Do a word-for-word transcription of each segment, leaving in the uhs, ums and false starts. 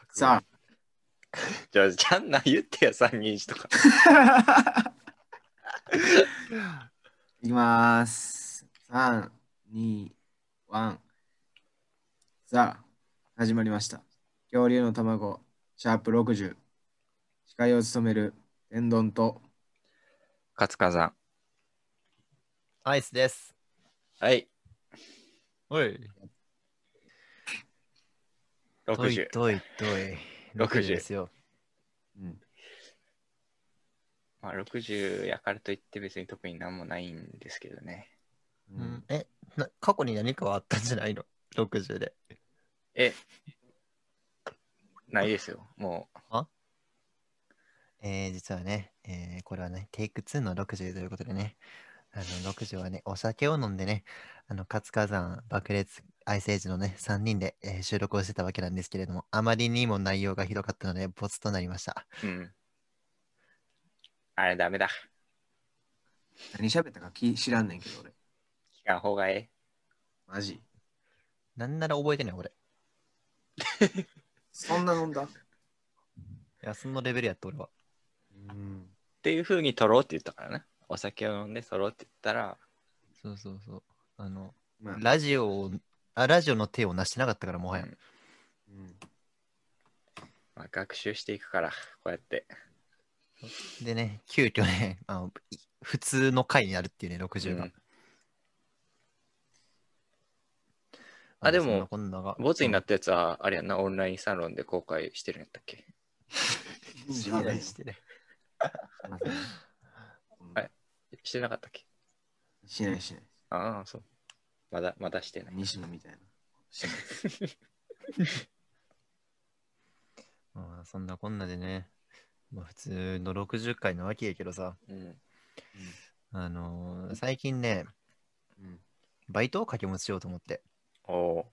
さじゃあ、ちゃんな言ってよ、さんにいちとか。 あ、いきまーす。さん、に、いち。さあ、始まりました。恐竜の卵、シャープろくじゅう。司会を務める天丼と、 勝火山。 アイスです。 はい、 おい。 ろくじゅう。 どいどいどい。ろくじゅうですよ。 うん、 まあ、ろくじゅうやからといって別に特になんもないんですけどね。 ううんん、えな、過去に何かはあったんじゃないの ?ろくじゅう で。 え、ないですよ、もあえー、実はね、えー、これはね、テイクツーのろくじゅうということでね、あのろくじゅうはね、お酒を飲んでね、あの、活火山、爆裂、アイスエイジのね、さんにんで、えー収録をしてたわけなんですけれども、あまりにも内容がひどかったので、ボツとなりました。 う。うん。あれダメだ。 何喋ったかき知らんねんけど、俺。 聞かん方がえマジ。 なんなら覚えてない、俺。いそんな飲んだや、そのレベルやった、俺は。 うん。 え。っていう風に撮ろうって言ったからね。お酒を飲んで撮ろうって言ったら、 そうそうそう。あの、 まあ、 ラジオを、あ、ラジオの手をなしてなかったから、もはや。 うんうんまあ、学習していくから、こうやって。 でね、急遽ね、あのい普通の回になるっていうね、ろくじゅうが。 うんまあ、でもそんな、こんなが。 ボツになうんったやつは、あれやんな、オンラインサロンで公開してるんやったっけ。 知いらないやしてね。 すいませんねはいしてなかったっけ。 しないしない。 ああ、そう。まだ、まだしてない。 西野みたいな。しないまあ、そんなこんなでね、まあ、普通のろくじゅっかいなわけやけどさ、 うん。 あのー最近ね、 うんバイトを掛け持ちしようと思って。 おお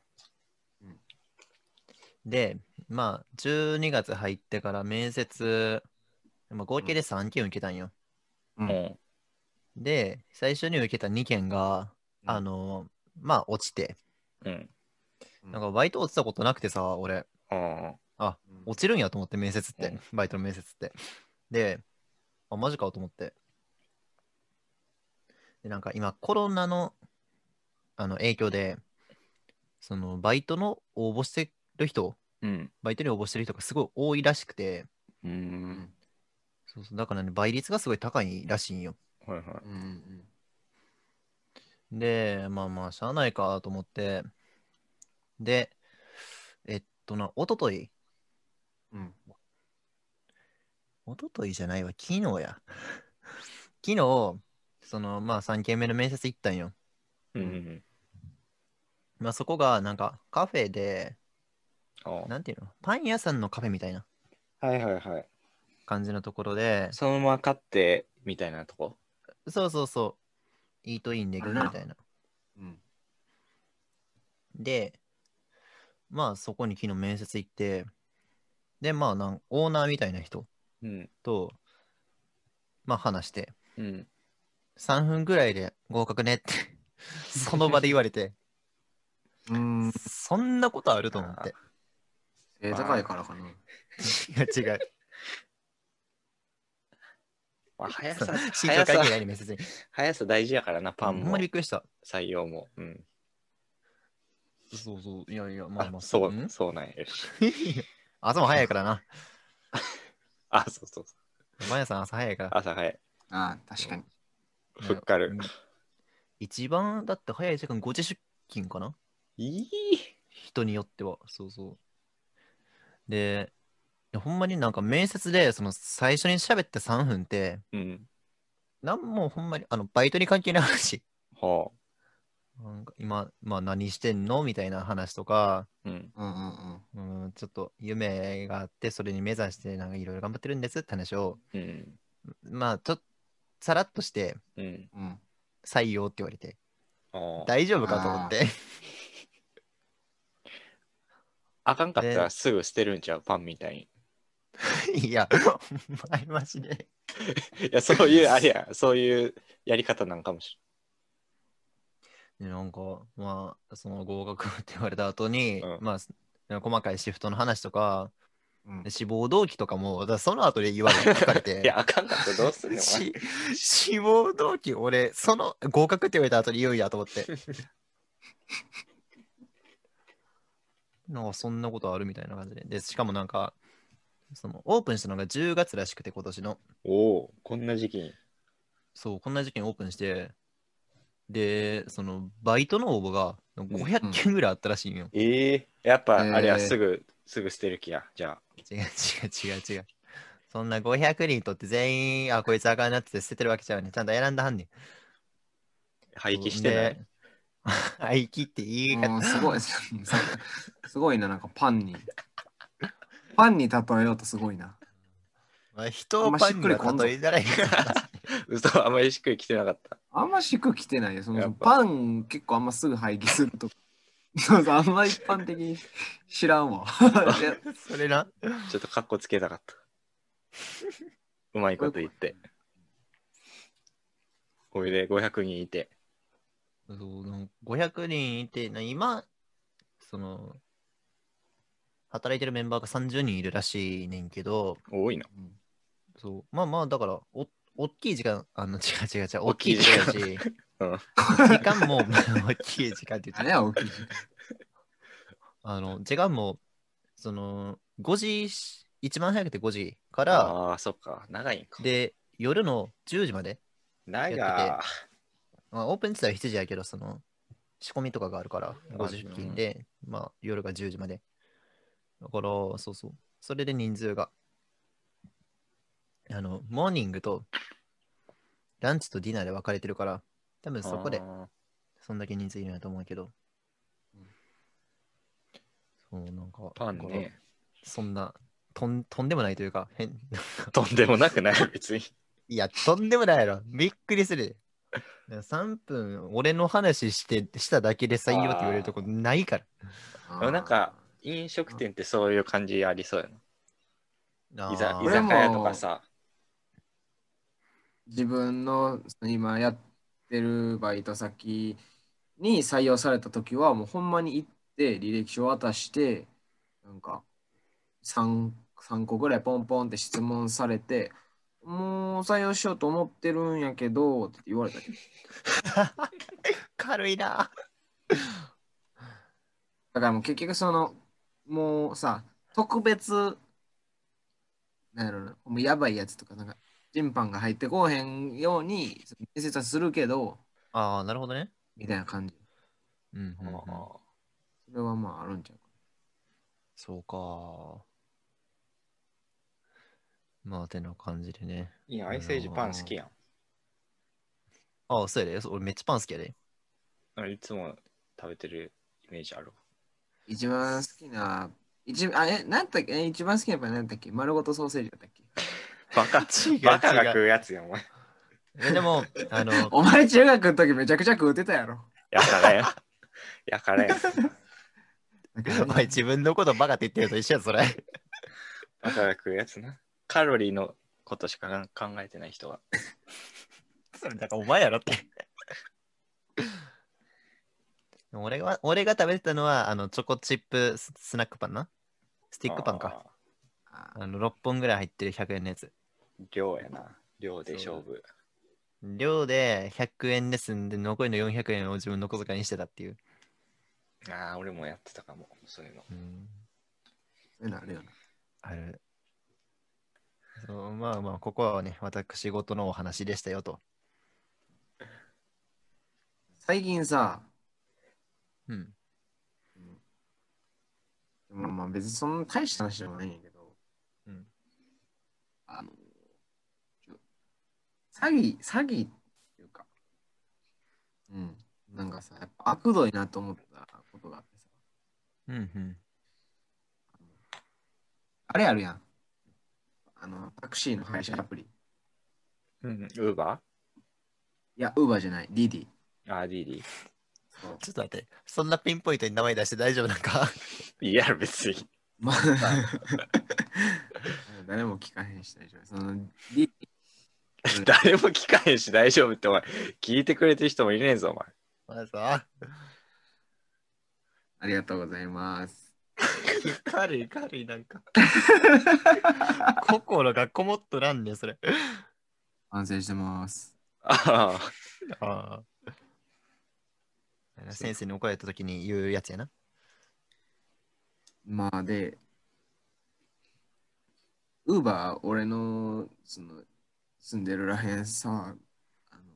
で、まあ、じゅうにがつ入ってから面接、まあ、合計でさんけん受けたんよ。 うー。うんん。 で、最初に受けたにけんが、 うんあのーまあ、落ちて。 うん。 なんかバイト落ちたことなくてさ、俺。 ああ、 うん落ちるんやと思って面接って、 うんバイトの面接って。で、あ、マジかと思って。で、なんか今コロナの、あの影響で、そのバイトの応募してる人、 あ。うん。 バイトに応募してる人がすごい多いらしくて、 うー。 うんんそうそう、だからね、倍率がすごい高いらしいんよ。 はいはうんで、まあまあ、しゃあないかと思って、で、えっとな、おととい、 うんおとといじゃないわ、昨日や。昨日、その、まあさんけんめの面接行ったんよ。 い。うんうんまあそこがなんかカフェで、 うん。あなんていうの、パン屋さんのカフェみたいなあ。はいはいはい。 感じのところで、 そのまま買ってみたいなとこ。 そうそうそう、イートインできるみたいな。 うんで、まあそこに昨日面接行って、で、まあなんオーナーみたいな人うん。 と、まあ話して、 うん。 さんぷんぐらいで合格ねってその場で言われて、 うんそんなことあると思って。 背高いからかな。 いや違う。 まあ、速さ、 身長速さ関係、ないに面接に。 速さ大事やからな、パンほんまもにびっくりした。 採用も。うん。 そうそう。いやいや、まああまあ、、 そんう、そうなんや。よし。 朝も早いからな。 あ、そうそうそう。 マヤさん朝早いから。 朝早い。 ああ、確かに。 ふっかるうん。一番だって早い時間ごじ出勤かないい人によっては。そうそう。で、いやほんまになんか面接で、その最初に喋ってさんぷんって、 うん。 なんもほんまに、あの、バイトに関係ない話。 はなんか今、まあ何してんのみたいな話とか、 あ。うん。 うんうんうん。 うん、ちょっと夢があって、それに目指して、なんかいろいろ頑張ってるんですって話を、 うん。 まあ、ちょっと、さらっとして、 うん。 うん採用って言われて、 ああ。 大丈夫かと思って。 あかんかったらですぐ捨てるんちゃう、パンみたいいや、お前マジで。 に。いや、そういう、あれや、そういうやり方なんかもしでなんか、まあ、その合格って言われた後に、 うんまあ、細かいシフトの話とか、 うんで志望動機とかも、だからその後で言われて、聞かれて、 いや、あかんかったらどうするのお前し志望動機、俺、その合格って言われた後に言うんやと思って。なんかそんなことあるみたいな感じで。で、しかもなんか、そのオープンしたのがじゅうがつらしくて、今年の。 おお、こんな時期に。 そう、こんな時期にオープンして、で、そのバイトの応募がごひゃくけんぐらいあったらしいんよ。 ええやっぱ、 えーあれはすぐ、すぐ捨てる気や。じゃ違う違う違う違う。そんなごひゃくにんとって全員、あ、こいつあかんなって捨ててるわけちゃうね。ちゃんと選んだはんねん。 あ、廃棄してない。 で廃棄って言い方。 もうすごい、すすごいな、なんかパンに。パンに例えようとすごいな。 まあ人をパンには例えたらいいから。 嘘、あんまりしっくりきてなかった。 あんましく来てないよ。そのやっぱパン結構あんますぐ廃棄するとか。そうそうあんま一般的に知らんわ。いやそれな。 ちょっとカッコつけたかった。うまいこと言って。これでごひゃくにんいて。 そうなんかごひゃくにんいて、な今、その、働いてるメンバーがさんじゅうにんいるらしいねんけど、 多いな。 そう、まあまあ、だから、お大きい時間、あの、違う違う違う、大大きいきい時間だし、 うん。 時間も、大きい時間って言ってあれは大きい。 あの、時間も、その、ごじ、一番早くてごじから、 ああ、そっか。長いんか。 で、夜のじゅうじまで、 長い。 まあ、オープン自体はしちじやけど、その、仕込みとかがあるから、ごじ出勤で、まあ、夜がじゅうじまで。だから、そうそう。それで人数が、あの、モーニングと、ランチとディナーで分かれてるから、多分そこで、 あそんだけ人数いるんやと思うけど。そう、なんか、 ーパンね。 そんな、とんとんでもないというか、変。 とんでもなくない、別に。 いや、とんでもないやろ。びっくりする。さんぷん、俺の話してしただけで採用って言われるとこないから。 あでもなんか、飲食店ってそういう感じありそうやな。居ざあー居酒屋とかさ。 自分の今やってるバイト先に採用された時はもうほんまに行って履歴書渡してなんか 3, 3個ぐらいポンポンって質問されてもう採用しようと思ってるんやけどって言われたけど軽いな。 だからもう結局そのもうさ特別なんやろなもうやばいやつとかなんか審判が入ってこうへんように面接はするけどああ、なるほどね。 みたいな感じうんうんうん、 それはまああるんちゃうかそうか。まあ、てな感じでね。 いや、アイスエイジパン好きやん。 ああ、そうやで。俺めっちゃパン好きやで。 いつも食べてるイメージある。 一番好きな、一あえ、なんだっけ、え一番好きなパンなんだっけ丸ごとソーセージだったっけバカ、 違う違うバカが食うやつやん、お前。 えでも、あの、 お前中学の時めちゃくちゃ食うてたやろ。 やからや。やからや。 お前自分のことバカって言ってると一緒や、それ。 バカが食うやつな。カロリーのことしか考えてない人は。 それだからお前やろって。俺が俺が食べてたのはあのチョコチップススナックパンな。スティックパンか。 ああのろっぽんぐらい入ってるひゃくえんのやつ。 ー。量やな。量で勝負。 量でひゃくえんで済んで残りのよんひゃくえんを自分の小遣いにしてたっていう。 ああ、俺もやってたかも。そういうの。 うん、 そういうのあるよな。 ある。そうまあまあ、ここはね、私事のお話でしたよと。 最近さ、 うん。 でもまあ別にそんな大した話でもないんやけど、 うん。 あの、ちょ詐欺、詐欺っていうか、うん、なんかさ、やっぱ悪どいなと思ったことがあってさ、 うんうん。 あれあるやん。あの、タクシーの配車アプリ。 うん。ウーバいや、ウーバーじゃない、ディディ。 ーあー、ディーディそうちょっと待って、そんなピンポイントに名前出して大丈夫なんか？ ー。いいやろ、別に。 まあ、誰も聞かへんし大丈夫。その、ディディ誰も聞かへんし大丈夫ってお前聞いてくれてる人もいねえぞお前。 まあさ、 ありがとうございます。 聞か軽い軽いなんか。心がこもっとらんねん、それ。 反省してます。 ああ。 ああ。先生に怒られた時に言うやつやな。 まあで、ウーバー、俺のその住んでるらへんさ、あの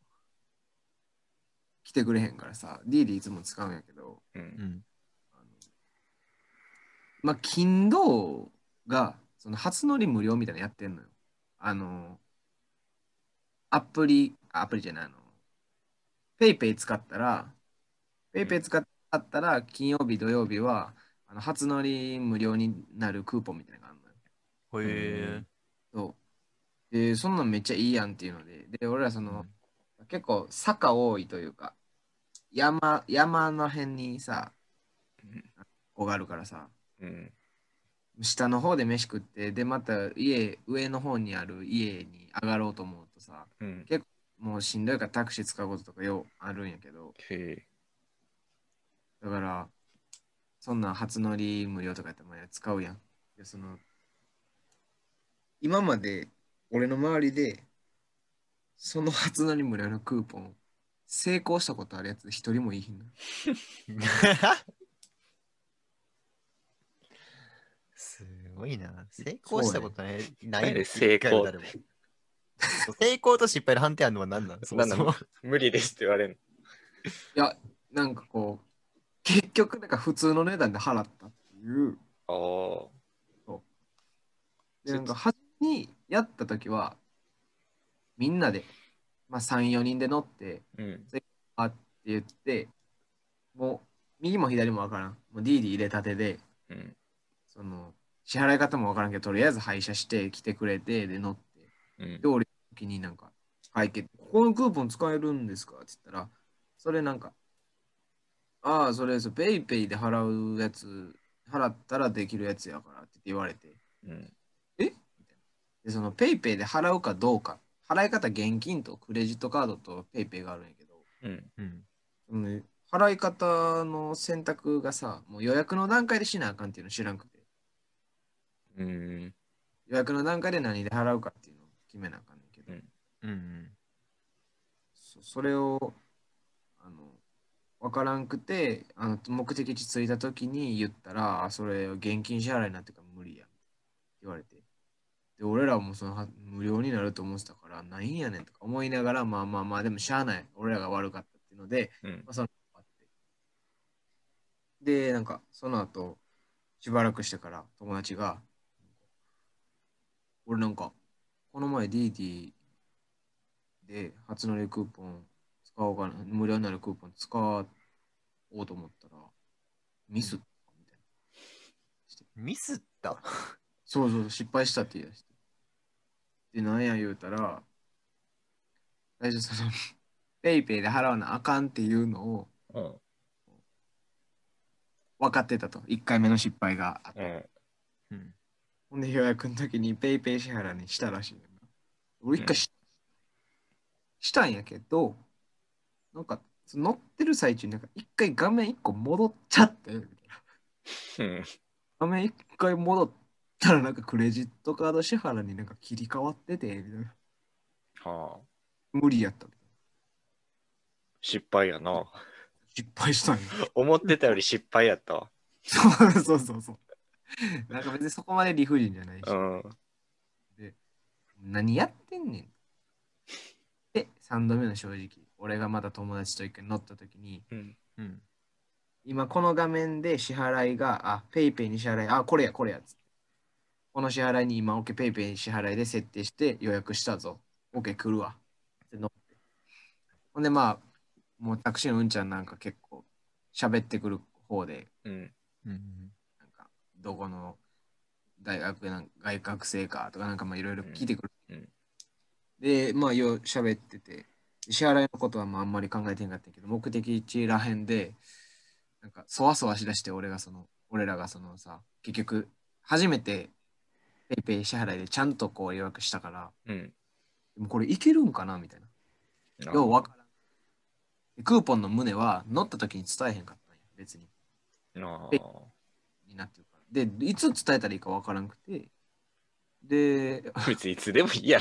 来てくれへんからさ、ディーディいつも使うんやけど、 う。 うんん。 あのまあ、金土がその初乗り無料みたいなのやってんのよ。あの、アプリ、アプリじゃないあの、ペイペイ使ったら、ペイペイ使ったら、金曜日、土曜日は、あの初乗り無料になるクーポンみたいなのがあるのよ。 へえ。 そうで、そんなんめっちゃいいやんっていうので、で、俺らその、結構坂多いというか、山、山の辺にさ、ここがあるからさ、 うん。 下の方で飯食って、で、また家、上の方にある家に上がろうと思うとさ、 うん。 結構もうしんどいからタクシー使うこととかようあるんやけど、 へえ。 だから、そんなん初乗り無料とかやったらまあ使うやん。で、その、今まで俺の周りで、その初乗り無料のクーポン、成功したことあるやつ一人もいいひんの。 すごいな。成功したことないない何での成功一回も誰も成功と失敗の判定あるのは何なのそもそもなんだ無理ですって言われるいや、なんかこう、結局なんか普通の値段で払ったっていう。 の。 で、なんか初めにやった時は、みんなで、まあさん、よにんで乗って、 ああ。うん。 あって言って、もう右も左もわからん。もう ディーディー 入れたてで、 うん。 その、支払い方もわからんけど、とりあえず配車して来てくれて、で乗って、 うんで、俺の時になんか、会計、ここのクーポン使えるんですかって言ったら、それなんか、ああ、それ、そうペイペイで払うやつ、払ったらできるやつやからって言われて、 うん。 えみたいな。で、そのペイペイで払うかどうか、払い方現金とクレジットカードとペイペイがあるんやけど、 うん。 うん。 そのね払い方の選択がさ、もう予約の段階でしなあかんっていうの知らんくて、 うん。 予約の段階で何で払うかっていうのを決めなあかんねんけど、 うんうん。 そそれを、あの、わからんくて、あの目的地着いた時に言ったら、あそれ現金支払いになってから無理やって言われて。で、俺らもそのは無料になると思ってたから、ないんやねんとか思いながら、まあまあまあ、でもしゃあない。俺らが悪かったっていうので、 うん。 まあ、そので、なんか、その後、しばらくしてから友達が、俺なんか、この前 ディーディー で初乗りクーポン使おうかな、無料になるクーポン使おうと思ったら、ミスったみたいな。 ミスったそうそう、失敗したって言い出して。で、なんや言うたら、最初その、ペイペイで払わなあかんっていうのをうん。 分かってたと。いっかいめの失敗があって。 うん。 うん。 ほんで予約の時にペイペイ支払いにしたらしいねんな。俺一回し,、したんやけど、なんかその乗ってる最中になんか一回画面一個戻っちゃって、みたいな。 うん。 画面一回戻ったらなんかクレジットカード支払いになんか切り替わってて、みたいな。 はあ。 無理やったみたいな。 失敗やな。 失敗したんや。 思ってたより失敗やったわ。 そうそうそうそう。なんか別にそこまで理不尽じゃないし。 うん。 で、何やってんねん。で、さんどめの正直、俺がまた友達と一回乗った時に、 うん。 うん。 今この画面で支払いが、あ、ペイペイに支払い、あ、これや、これやつって。この支払いに今、OK、ペイペイ支払いで設定して予約したぞ。OK、来るわ。って乗ってほんで、まあ、もうタクシーのうんちゃんなんか結構喋ってくる方で、 うん。 うん。 なんか、どこの大学なん外学生かとかなんかまあいろいろ聞いてくる。 うん。 で、まあ、よう喋ってて、支払いのことはまああんまり考えてんかったけど、目的地らへんで、なんか、そわそわしだして、俺がその、俺らがそのさ、結局、初めて、ペイペイ支払いでちゃんとこう予約したから、 うん。 でもこれいけるんかなみたいな。ようわからん。でクーポンの旨は乗った時に伝えへんかったんや、別に。 ああ。 になってるから。 で、いつ伝えたらいいかわからんくて、で、 別にいつでもいいやろ。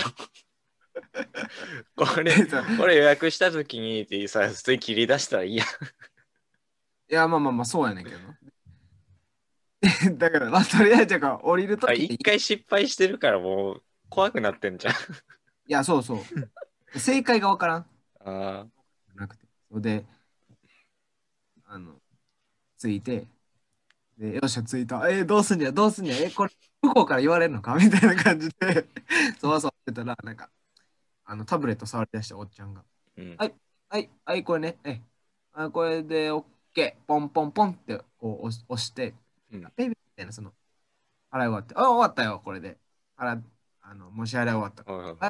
これ、これ予約した時にってさ、普通に切り出したらいいやん。 いや、まあまあまあ、そうやねんけど。だから、まあ、とりあえず、だから降りるとあきに、 一回失敗してるからもう怖くなってんじゃん。 いや、そうそう。正解がわからん。 あなくて。それで、あの、ついて、で、よっしゃ、着いた。えーどうすんじゃ、どうすんじゃ、えーこれ、向こうから言われるのかみたいな感じで、そわそわしてたら、なんか、あの、タブレット触り出したおっちゃんが、 ーうん。 はいはい、はい、これね、え、あこれで OK、ポンポンポンってこう押し押して、 うんペイペイみたいな、その、払い終わって、あ、終わったよ、これで。払あの、もし払い終わった。 はいはいはいはい、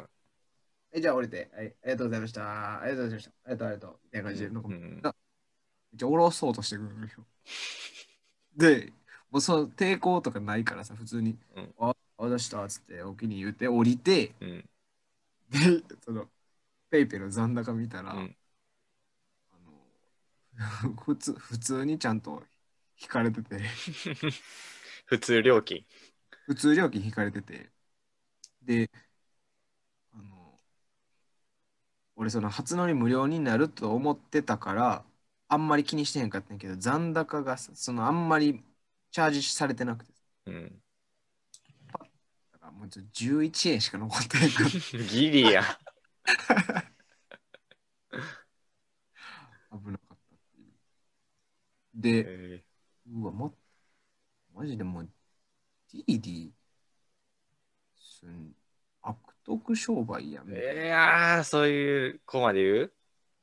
じゃあ降りて、はい、ありがとうございました。ありがとうございました。ありがとう、ありがとう。みたいな感じで、なんか、 うんめっちゃ下ろそうとしてくるのよ。で、もうその抵抗とかないからさ、普通に、 うんあ、あ出したっつってお気に言って降りて、 うんで、その、ペイペイの残高見たら、 うんあの普通、普通にちゃんと引かれてて、 普通料金。 普通料金引かれてて、で、あの、俺その初乗り無料になると思ってたから、あんまり気にしてへんかったんやけど、残高がさそのあんまりチャージされてなくて、 うん。 だからもうちょっとじゅういちえんしか残ってへんからギリや。 危なかったっていう。で、 えうわ、ま、マジでもう、ディーディー、すん、悪徳商売やん。 ー、いやー、そういう子まで言う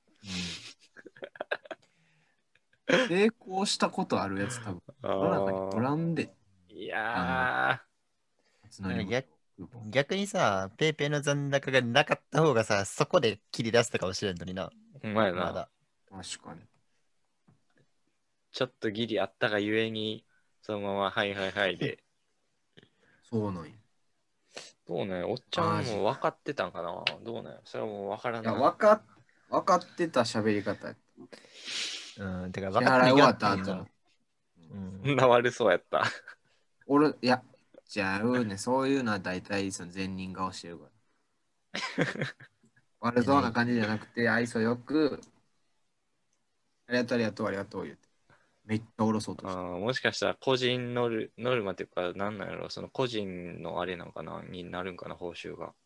うん、成功したことあるやつ多分、 あ世の中におーらんで、 いや初乗り無料逆クーポン。 逆にさ、ペイペイの残高がなかった方がさ、そこで切り出したかもしれんのにな。 ー、ほんまやな。 まだ。 確かに。 ちょっとギリあったがゆえに、そのまま、はいはいはいで。 そうなんや。 どうね、おっちゃんも分かってたんかなどうね、それはもう分からいや、 ない。 わかっ、分かってた喋り方やっうん、てかた。 分かってる支払い終わったよっていうの後の。 うんそんな悪そうやった。 俺、いや、じゃあ、うね、そういうのは大体その善人顔してるから。悪そうな感じじゃなくて、愛想よく、ありがとう、ありがとう、ありがとう言って。めっちゃ下ろそうとして。 あーもしかしたら個人ノルノルマっていうか、なんなんやろ、その個人のあれなのかなになるんかな、報酬が。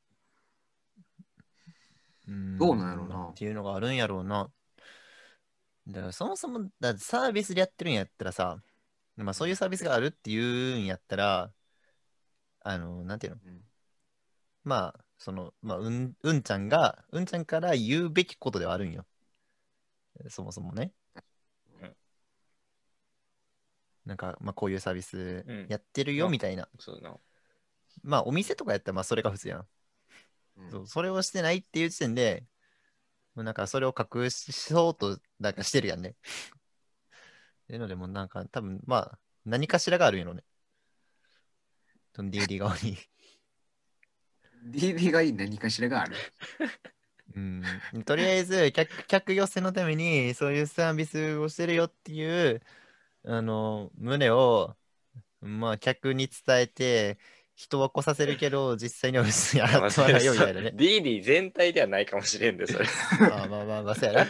うんどうなんやろうなまあっていうのがあるんやろうな。だからそもそもだってサービスでやってるんやったらさ、まあ、そういうサービスがあるっていうんやったら、あの、なんていうのうんまあ、その、まあ、うん、うんちゃんが、うんちゃんから言うべきことではあるんよ。そもそもね。 うんなんか、まあ、こういうサービスうんやってるよみたいな。 そうな。 まあ、お店とかやったら、まあ、それが普通やん。 うんそうそれをしてないっていう時点で、もうなんか、それを隠そうと、なんかしてるやんね。っていうので、もうなんか、多分まあ、何かしらがあるんやろね。その ディーディー 側に。 ディーディー がいい何かしらがある。 うん、とりあえず客、客寄せのためにそういうサービスをしてるよっていうあの旨を、まあ、客に伝えて人は来させるけど実際には別に洗ってもらうよみたいなね。 ディーディー全体ではないかもしれんで、それ。 まあまあまあまあ、そうやな。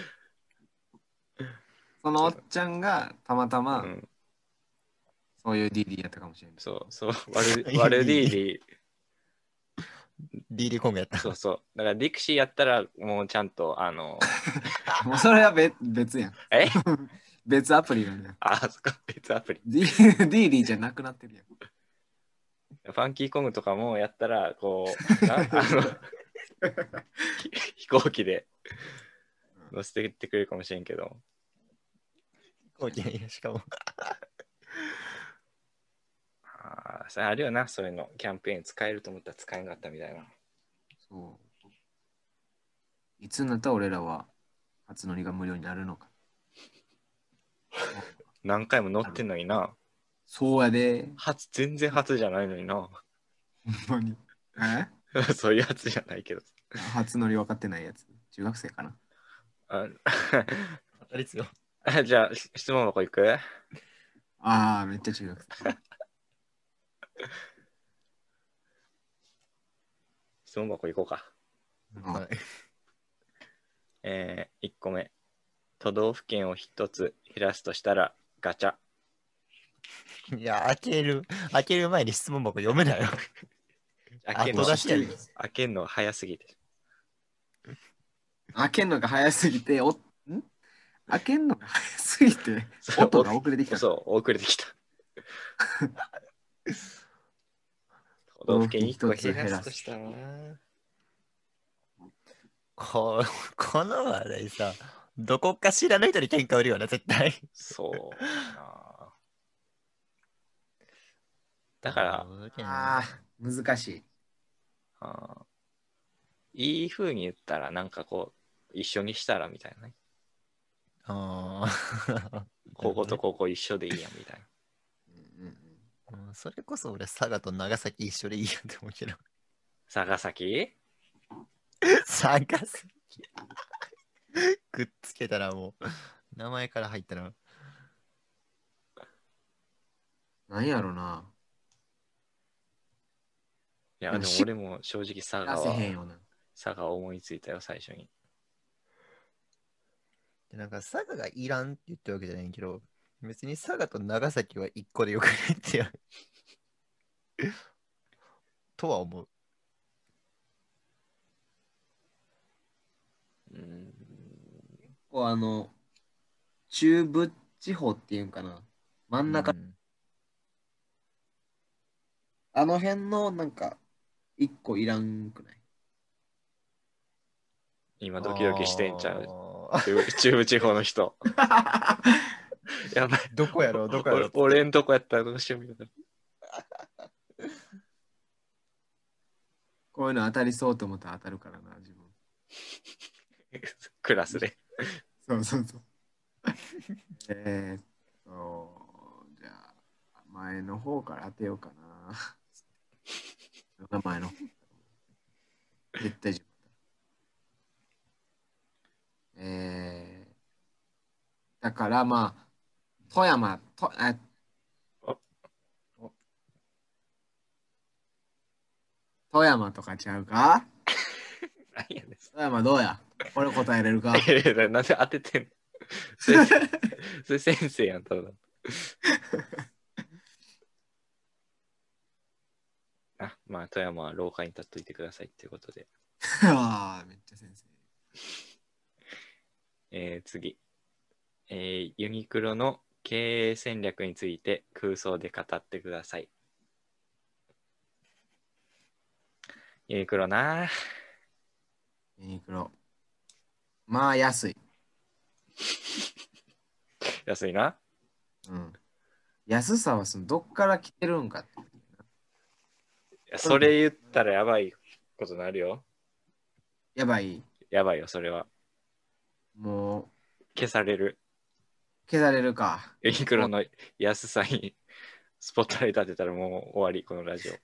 そのおっちゃんがたまたうまん、 そういう ディーディー やったかもしれない。 そう、そう、悪悪ディーディー。 ディーディー コングやった。 そうそう。だから、ディクシーやったら、もうちゃんと、あの、 もうそれは別別やん。 え別アプリなんだよ。 あ、そっか、別アプリ。 ディーディーじゃなくなってるやん。 ファンキーコングとかもやったら、こう、なあのひ飛行機で乗せてってくれるかもしれんけど。 しかも。 ああ、それあるよな、そういうの。キャンペーン使えると思ったら使えなかったみたいな。 そう。いつになったら俺らは初乗りが無料になるのか。 何回も乗ってんのにな。 そうやで。 初、全然初じゃないのにな。 ほんまに。えそういうやつじゃないけど。 初乗り分かってないやつ。中学生かな。 あ当たりつよ。 あじゃあ、し質問箱行くああ、めっちゃ中学生。 質問箱行こうか。 はいえー、いっこめ。都道府県をひとつ減らすとしたらガチャ。 いや、開ける、開ける前に質問箱読めないよ。 開けんの後出しやねん。 開けんの早すぎて。 開けんのが早すぎて、おん開けんのが早すぎて、 そう音が遅れてきた。 そう、遅れてきた。都道府県いっこ減らすとしたらな。 ここの話題さ、どこかしらの人に喧嘩売るよな、絶対。 そうな。だから、 ああ、難しい。 あいい風に言ったら、なんかこう、一緒にしたらみたいなね。 ああ。 こことここ一緒でいいやんみたいな。 うんうんうんそれこそ俺、佐賀と長崎一緒でいいやって思うけど。 長崎佐賀崎。くっつけたらもう、名前から入ったら。 なんやろな。 いや、 でもしでも俺も正直佐賀出せへんは、 よな。 佐賀思いついたよ、最初に。 でなんか佐賀がいらんって言ったわけじゃないけど、別に佐賀と長崎は一個でよくねってやとは思う。 うーん。 こうあの、中部地方っていうんかな。真ん中、 うんあの辺のなんか、一個いらんくない？ 今ドキドキしてんちゃうあー中部中部地方の人。やばい。 どこやろうどこやろう俺俺んとこやったらどうしようみたいな。 こういうの当たりそうと思ったら当たるからな、自分。 クラスで。 そうそうそう。えーっと、じゃあ、前の方から当てようかな。名前の。絶対自分だ。えー、だからまあ、富山、とあおお富山とかちゃうか？ 何やねん。 富山どうや？これ答えれるか？ いやいやなんで当ててんのそれそれ先生やん、ただ。あ、まあ、富山は廊下に立っといてくださいっていうことで。 ああ、めっちゃ先生。 えー、次。えー、ユニクロの経営戦略について空想で語ってください。ユニクロなぁ。 ユニクロ。まあ、安い。 安いな。 うん。安さはそのどっから来てるんかって。 いやそれ言ったらやばいことになるよ。 やばい。 やばいよ、それは。 もう、 消される。 消されるか。 ユニクロの安さにスポットライト当てたらもう終わり、このラジオ。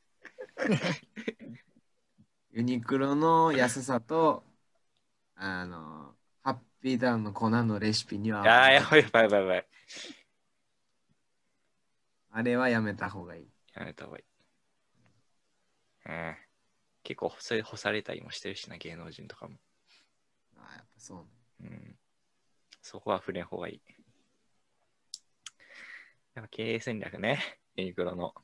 ユニクロの安さと、あの、ハッピーターンの粉のレシピには、 ああ、やばいやばいやばいやばい。 あれはやめた方がいい。 やめた方がいい。うん。結構それ干されたりもしてるしな、芸能人とかも。 ああ、やっぱそうね。 うん。そこは触れん方がいい。やっぱ経営戦略ね、ユニクロの。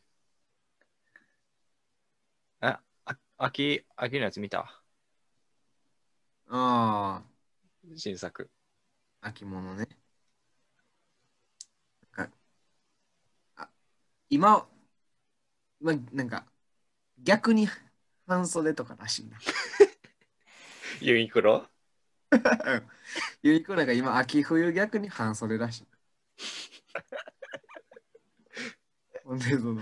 あ、あ秋、秋のやつ見たあ新作。 あ、秋物ね。なんかあ今、今、なんか、逆に半袖とからしいな。 ユニクロユニクロなんか今、秋冬逆に半袖らしい。ほんで、その、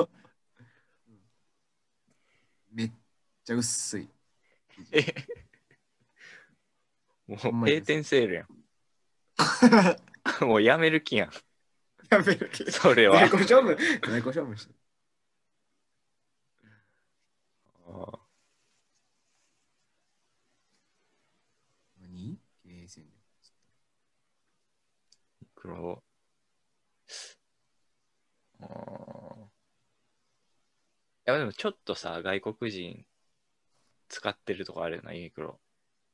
めっちゃ薄い。 えもう閉店セールやん。もうやめる気やん。 やめるけど。 それは。 在庫処分、在庫処分して。 あ何経営戦略。 ユニクロ。あーやでもちょっとさ、外国人使ってるとこあるよな、ユニクロ。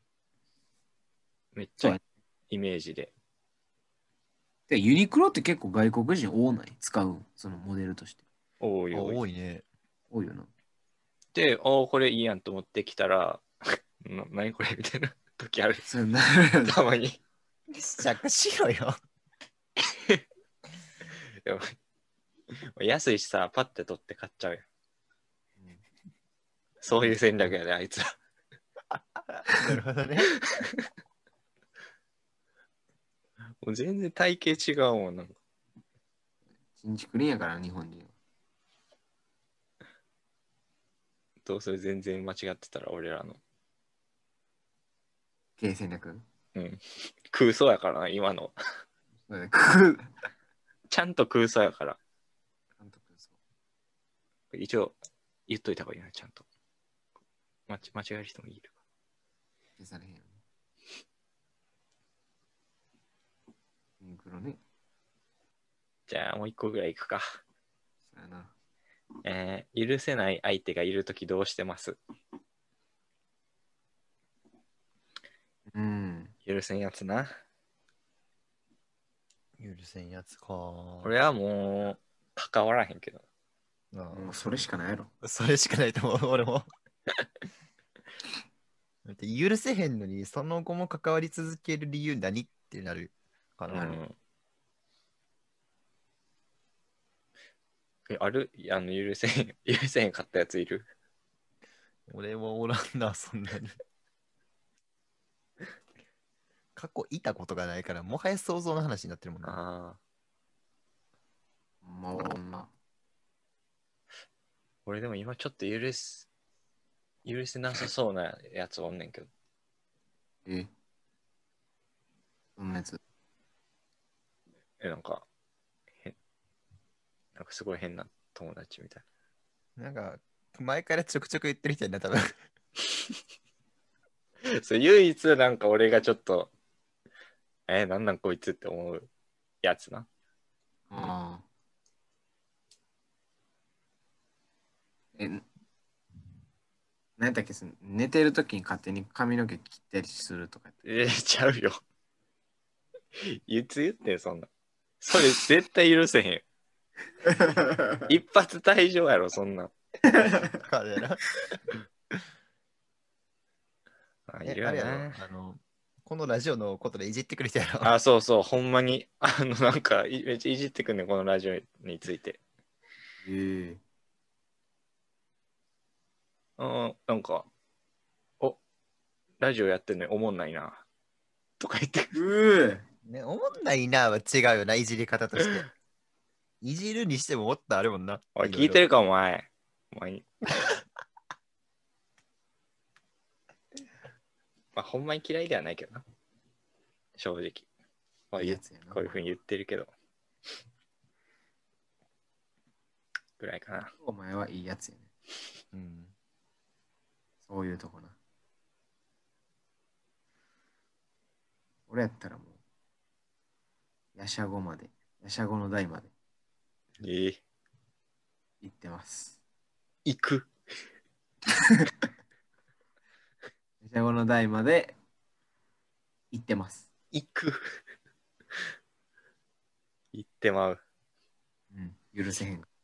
めっちゃそうやイメージで。 でユニクロって結構外国人多ない使う、そのモデルとして。 あ多い多い。 多いね。 多いよな。 で、おーこれいいやんと思ってきたら、な何これみたいな時ある。 そうなるよなたまに。 試着しろよ。 でも安いしさ、パッて取って買っちゃうよ。そういう戦略やで、あいつら。 なるほどね。 もう全然体型違うもん。なんか新築林やから日本人は。 どうそれ全然間違ってたら俺らの。 経営戦略。 うん。空想やからな、今の。 そうだねくちゃんと空想やから。 監督そう一応言っといた方がいいな、ちゃんと。間違間違える人もいるか消されへんよね。ユニクロね。 ら。じゃあもう一個ぐらいいくか。 そうやな。 えー、許せない相手がいるときどうしてます？ うん。 許せんやつな。 許せんやつか。 俺はもう関わらへんけど。 あもうそれしかないやろ。 それしかないと思う、俺も。だって許せへんのに、その後も関わり続ける理由何ってなるかな。 うん。えあるあの許せん、許せへんかったやついる？ 俺はおらんな、そんなに。過去いたことがないから、もはや想像の話になってるもんな。 ああ。 もう女。 俺でも今ちょっと許す、許せなさそうなやつおんねんけど。 えどんなやつ？ え、なんか、変、なんかすごい変な友達みたいなんか、前からちょくちょく言ってる人やな、多分。 な。そう、唯一なんか俺がちょっと、えなんなんこいつって思うやつな。 ああ。え、なんやったっけ、その寝てるときに勝手に髪の毛切ったりするとか言って。 えちゃうよ。いつ言ってん、そんな。それ絶対許せへん。一発退場やろ、そんなん。 かやな。 あ、 えいるよあれやろね。 あの、このラジオのことでいじってくる人やろ。 あ、そうそう、ほんまに、あの、なんか、いめっちゃいじってくんねん、このラジオについて。 ええうん、なんか、お、ラジオやってんのにおもんないな。とか言って。 うえね、思んないなは違うよな、いじり方として。いじるにしてももっとあるもんな。 おい、 ろろ聞いてるか、お前。お前に。まあ、ほんまに嫌いではないけどな。正直。まあ、言ういいやつやな。 こういうふうに言ってるけど。ぐらいかな。 お前はいいやつやね。 うん。 そういうとこな。俺やったらもう、ヤシャゴまで、ヤシャゴの代までええ行ってます。 行く。 ヤシャゴの代まで行ってます。 行く。行ってまう。 うん、許せへん。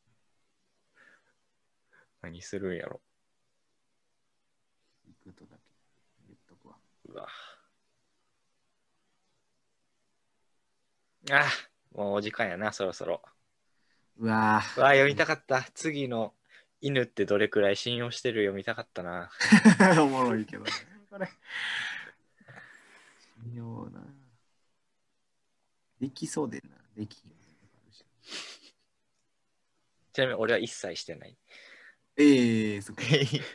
何するんやろ。 行くとだけ言っとくわ。 うわ。あ、もうお時間やな、そろそろ。 うわうわ、読みたかった。次の犬ってどれくらい信用してる読みたかったな。 ぁ。おもろいけどね。これ。信用な。できそうでな。できひん。 ちなみに俺は一切してない。 ええー、そこ。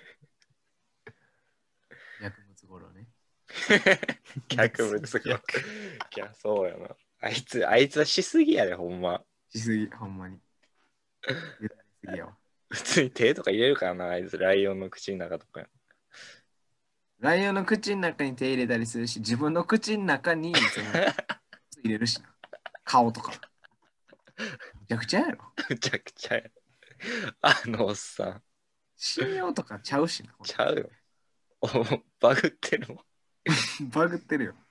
薬物頃ね。 逆物すごい。いや、そうやな。あいつ、あいつはしすぎやで、ほんま。 しすぎ、ほんまに。ゆだりすぎやわ。 普通に手とか入れるからな、あいつ、ライオンの口の中とか。 ライオンの口の中に手入れたりするし、自分の口の中にその入れるしな。顔とか。めちゃくちゃやろ。 むちゃくちゃや。あのおっさん。 信用とかちゃうしな。 ちゃうよ。おバグってるもん。 バグってるよ。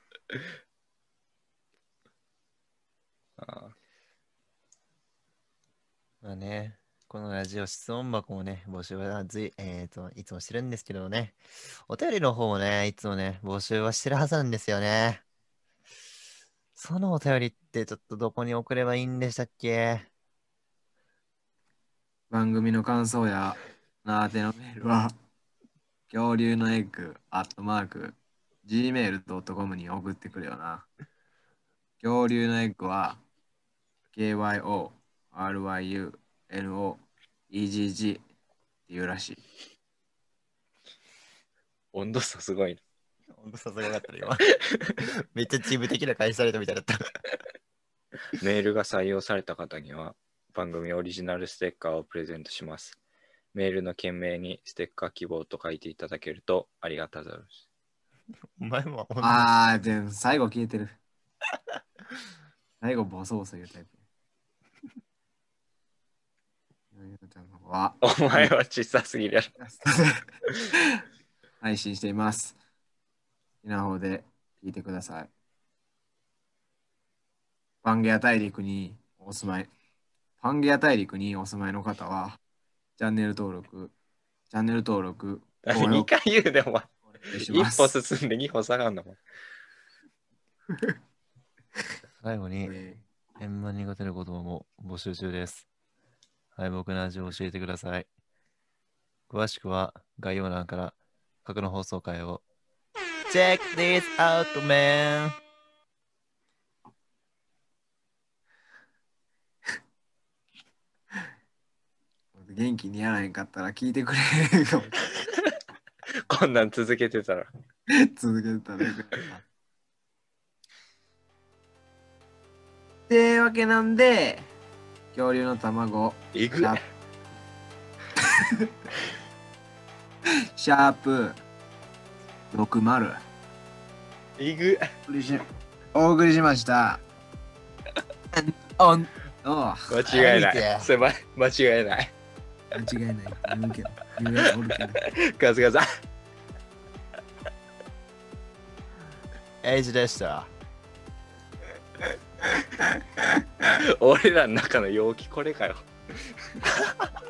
あまあね、このラジオ質問箱もね、募集はずい、えーと、いつもしてるんですけどね、お便りの方もね、いつもね、募集はしてるはずなんですよね。そのお便りってちょっとどこに送ればいいんでしたっけ？ 番組の感想やなあてのメールは、恐竜のエッグ、アットマーク、ジーメールドットコム に送ってくれよな。恐竜のエッグは、ケーワイオーアールワイユーエヌオーイージージー っていうらしい。 温度差すごいな。 温度差すごかったね、今。めっちゃチーム的な返されたみたいだった。 メールが採用された方には番組オリジナルステッカーをプレゼントします。メールの件名にステッカー希望と書いていただけるとありがたざるです。 お前も温度あー、でも最後消えてる。最後ボソボソ言うタイプ。はお前は小さすぎるやろ。 配信しています。好きな方で聞いてください。パンゲア大陸にお住まい、パンゲア大陸にお住まいの方は、チャンネル登録、チャンネル登録、 にかい言うでお前。 お願いし一ます歩進んで二歩下がんのもん。 最後に、 え円満に勝てる言葉も募集中です。はい、僕の味を教えてください。詳しくは概要欄から過去の放送回を Check this out, man! ー元気にやらへんかったら聞いてくれるかも。 こんなん続けてたら。 続けてたらよくなる。ってわけなんで、恐竜の卵、 えぐシャープシャープろくじゅうえぐお送りしお送りしました。オンお間違いなはいい。それま間違いない。 間違いない。言うけど。言うやつおるけど。 ガツガツ。 エイジでした。 俺らの中の陽気これかよ。